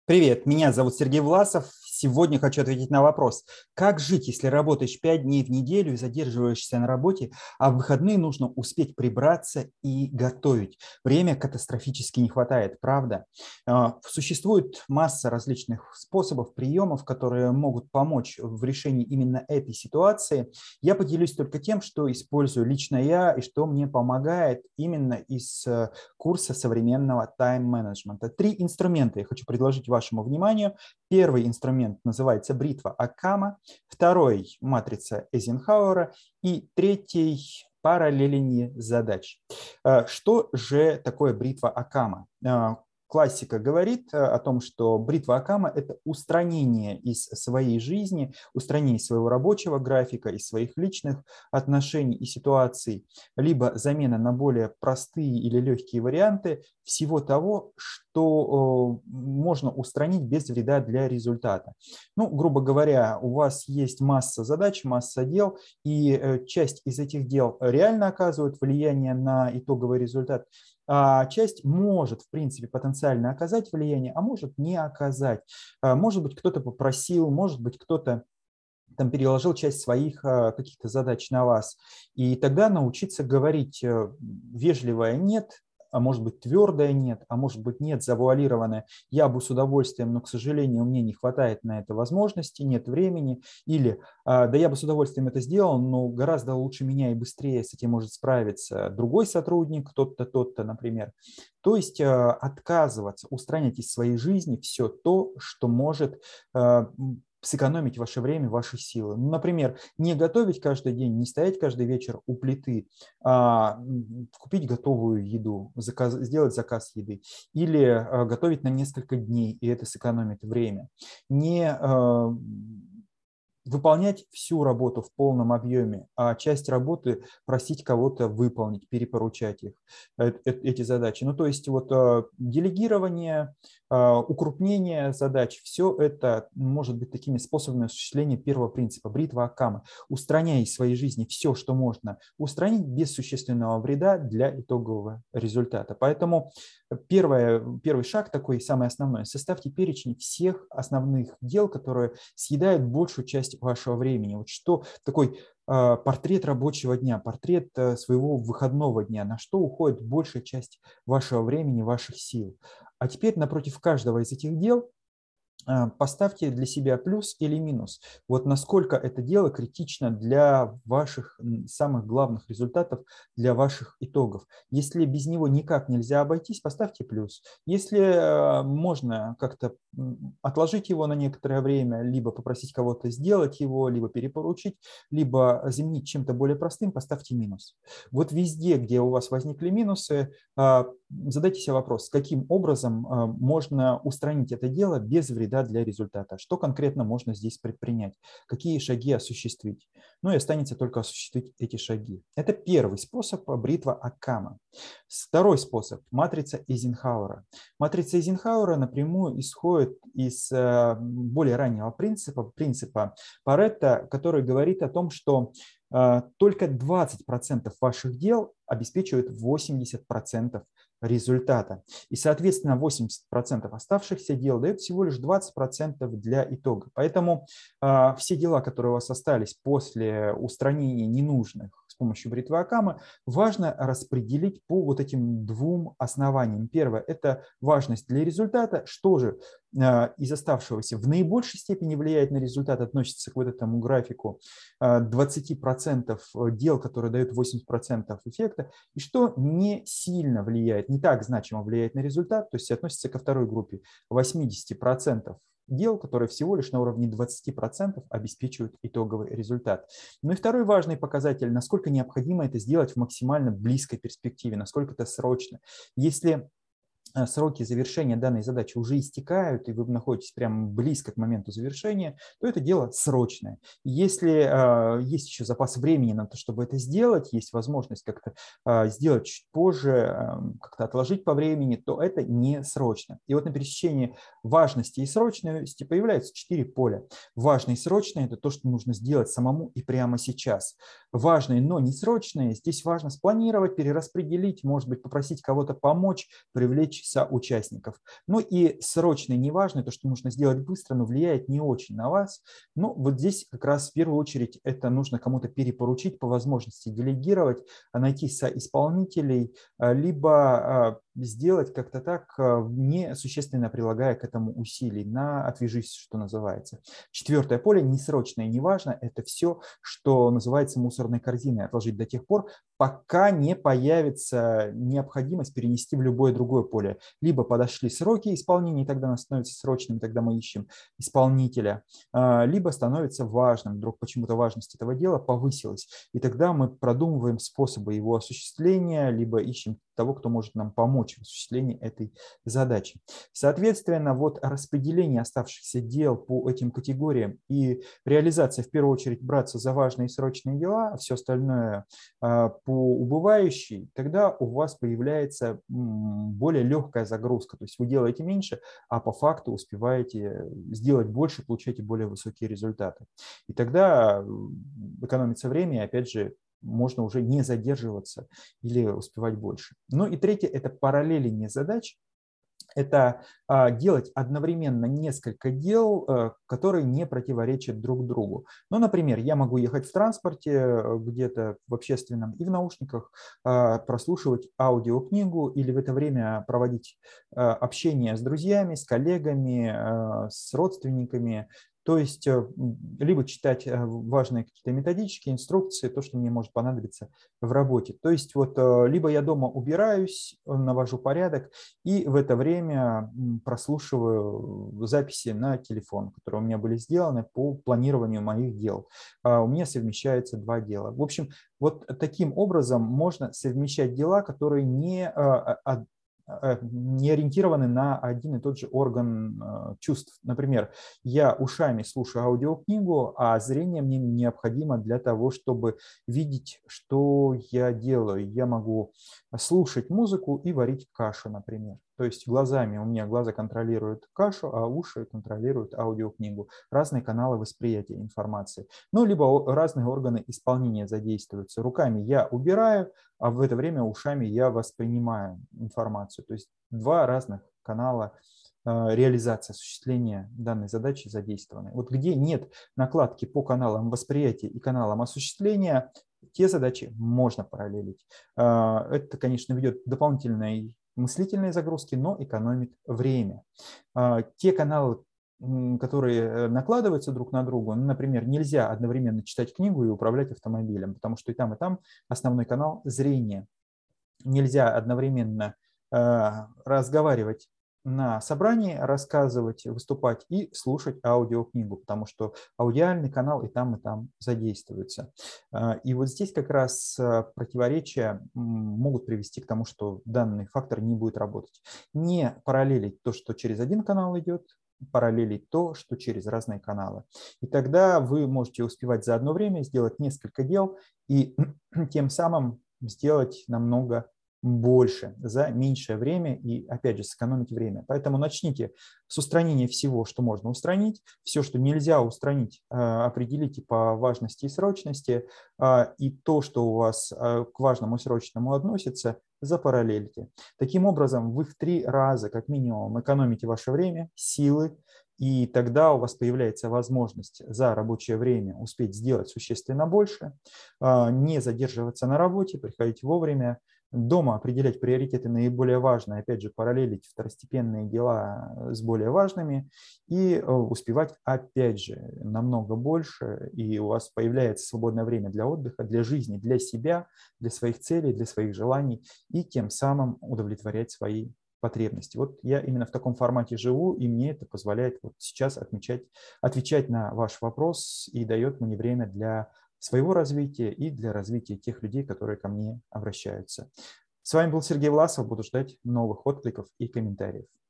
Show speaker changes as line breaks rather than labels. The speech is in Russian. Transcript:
Привет, меня зовут Сергей Власов. Сегодня хочу ответить на вопрос, как жить, если работаешь 5 дней в неделю и задерживаешься на работе, а в выходные нужно успеть прибраться и готовить. Время катастрофически не хватает, правда? Существует масса различных способов, приемов, которые могут помочь в решении именно этой ситуации. Я поделюсь только тем, что использую лично я и что мне помогает именно из курса современного тайм-менеджмента. 3 инструмента я хочу предложить вашему вниманию. Первый инструмент называется бритва Аккама, второй – матрица Эйзенхауэра и третий – параллеление задач. Что же такое бритва Аккама? Классика говорит о том, что бритва Аккама – это устранение из своей жизни, устранение своего рабочего графика, из своих личных отношений и ситуаций, либо замена на более простые или легкие варианты всего того, что можно устранить без вреда для результата. Ну, грубо говоря, у вас есть масса задач, масса дел, и часть из этих дел реально оказывает влияние на итоговый результат, а часть может, в принципе, потенциально оказать влияние, а может не оказать. Может быть, кто-то попросил, может быть, кто-то там переложил часть своих каких-то задач на вас. И тогда научиться говорить вежливое «нет», а может быть твердое «нет», а может быть нет, завуалированное «я бы с удовольствием, но, к сожалению, мне не хватает на это возможности, нет времени», или «да я бы с удовольствием это сделал, но гораздо лучше меня и быстрее с этим может справиться другой сотрудник, тот-то, тот-то, например». То есть отказываться, устранять из своей жизни все то, что может сэкономить ваше время, ваши силы. Ну, например, не готовить каждый день, не стоять каждый вечер у плиты, а купить готовую еду, сделать заказ еды или готовить на несколько дней, и это сэкономит время. Не выполнять всю работу в полном объеме, а часть работы просить кого-то выполнить, перепоручать их, эти задачи. Ну, то есть вот делегирование, укрупнение задач, все это может быть такими способами осуществления первого принципа бритва Аккама. Устраняй из своей жизни все, что можно устранить без существенного вреда для итогового результата. Поэтому первый шаг такой, самый основной, составьте перечень всех основных дел, которые съедают большую часть вашего времени. Вот что такой портрет рабочего дня, портрет своего выходного дня, на что уходит большая часть вашего времени, ваших сил. А теперь напротив каждого из этих дел поставьте для себя плюс или минус. Вот насколько это дело критично для ваших самых главных результатов, для ваших итогов. Если без него никак нельзя обойтись, поставьте плюс. Если можно как-то отложить его на некоторое время, либо попросить кого-то сделать его, либо перепоручить, либо заменить чем-то более простым, поставьте минус. Вот везде, где у вас возникли минусы, задайте себе вопрос, каким образом можно устранить это дело без вреда для результата. Что конкретно можно здесь предпринять? Какие шаги осуществить? Ну и останется только осуществить эти шаги. Это первый способ бритва Аккама. Второй способ – матрица Эйзенхауэра. Матрица Эйзенхауэра напрямую исходит из более раннего принципа Паретта, который говорит о том, что только 20% ваших дел обеспечивают 80% результата. И, соответственно, 80% оставшихся дел дают всего лишь 20% для итога. Поэтому все дела, которые у вас остались после устранения ненужных с помощью бритвы Аккама, важно распределить по вот этим двум основаниям. Первое – это важность для результата. Что же из оставшегося в наибольшей степени влияет на результат, относится к вот этому графику 20% дел, которые дают 80% эффекта, и что не сильно влияет, не так значимо влияет на результат, то есть относится ко второй группе 80% дел, которые всего лишь на уровне 20% обеспечивают итоговый результат. Ну и второй важный показатель, насколько необходимо это сделать в максимально близкой перспективе, насколько это срочно. Если сроки завершения данной задачи уже истекают, и вы находитесь прямо близко к моменту завершения, то это дело срочное. Если есть еще запас времени на то, чтобы это сделать, есть возможность как-то сделать чуть позже, как-то отложить по времени, то это не срочно. И вот на пересечении важности и срочности появляются 4 поля. Важное и срочное – это то, что нужно сделать самому и прямо сейчас. Важное, но не срочное – здесь важно спланировать, перераспределить, может быть, попросить кого-то помочь, привлечь помощи соучастников. Ну и срочно неважно, то, что нужно сделать быстро, но влияет не очень на вас. Ну вот здесь как раз в первую очередь это нужно кому-то перепоручить, по возможности делегировать, найти соисполнителей, либо сделать как-то так, не существенно прилагая к этому усилий, на отвяжись, что называется. Четвертое поле, несрочное, неважно, это все, что называется мусорной корзиной, отложить до тех пор, пока не появится необходимость перенести в любое другое поле. Либо подошли сроки исполнения, и тогда оно становится срочным, тогда мы ищем исполнителя, либо становится важным, вдруг почему-то важность этого дела повысилась, и тогда мы продумываем способы его осуществления, либо ищем того, кто может нам помочь в осуществлении этой задачи. Соответственно, вот распределение оставшихся дел по этим категориям и реализация, в первую очередь, браться за важные и срочные дела, а все остальное по убывающей, тогда у вас появляется более легкая загрузка. То есть вы делаете меньше, а по факту успеваете сделать больше, получаете более высокие результаты. И тогда экономится время, и опять же, можно уже не задерживаться или успевать больше. Ну и третье – это параллеление задач. Это делать одновременно несколько дел, которые не противоречат друг другу. Ну, например, я могу ехать в транспорте где-то в общественном и в наушниках прослушивать аудиокнигу или в это время проводить общение с друзьями, с коллегами, с родственниками. То есть либо читать важные какие-то методички, инструкции, то, что мне может понадобиться в работе. То есть вот либо я дома убираюсь, навожу порядок, и в это время прослушиваю записи на телефон, которые у меня были сделаны по планированию моих дел. У меня совмещаются два дела. В общем, вот таким образом можно совмещать дела, которые не ориентированы на один и тот же орган чувств. Например, я ушами слушаю аудиокнигу, а зрение мне необходимо для того, чтобы видеть, что я делаю. Я могу слушать музыку и варить кашу, например. То есть глазами у меня глаза контролируют кашу, а уши контролируют аудиокнигу. Разные каналы восприятия информации. Ну, либо разные органы исполнения задействуются. Руками я убираю, а в это время ушами я воспринимаю информацию. То есть два разных канала реализации, осуществления данной задачи задействованы. Вот где нет накладки по каналам восприятия и каналам осуществления, те задачи можно параллелить. Это, конечно, ведет к дополнительной мыслительной загрузки, но экономит время. Те каналы, которые накладываются друг на друга, ну, например, нельзя одновременно читать книгу и управлять автомобилем, потому что и там основной канал зрения. Нельзя одновременно разговаривать на собрании, рассказывать, выступать и слушать аудиокнигу, потому что аудиальный канал и там задействуется. И вот здесь как раз противоречия могут привести к тому, что данный фактор не будет работать. Не параллелить то, что через один канал идет, параллелить то, что через разные каналы. И тогда вы можете успевать за одно время сделать несколько дел и тем самым сделать намного больше за меньшее время и, опять же, сэкономить время. Поэтому начните с устранения всего, что можно устранить. Все, что нельзя устранить, определите по важности и срочности. И то, что у вас к важному и срочному относится, запараллельте. Таким образом, вы в 3 раза, как минимум, экономите ваше время, силы, и тогда у вас появляется возможность за рабочее время успеть сделать существенно больше, не задерживаться на работе, приходить вовремя, дома определять приоритеты наиболее важные, опять же, параллелить второстепенные дела с более важными и успевать, опять же, намного больше, и у вас появляется свободное время для отдыха, для жизни, для себя, для своих целей, для своих желаний, и тем самым удовлетворять свои потребности. Вот я именно в таком формате живу, и мне это позволяет вот сейчас отвечать на ваш вопрос и дает мне время для своего развития и для развития тех людей, которые ко мне обращаются. С вами был Сергей Власов. Буду ждать новых откликов и комментариев.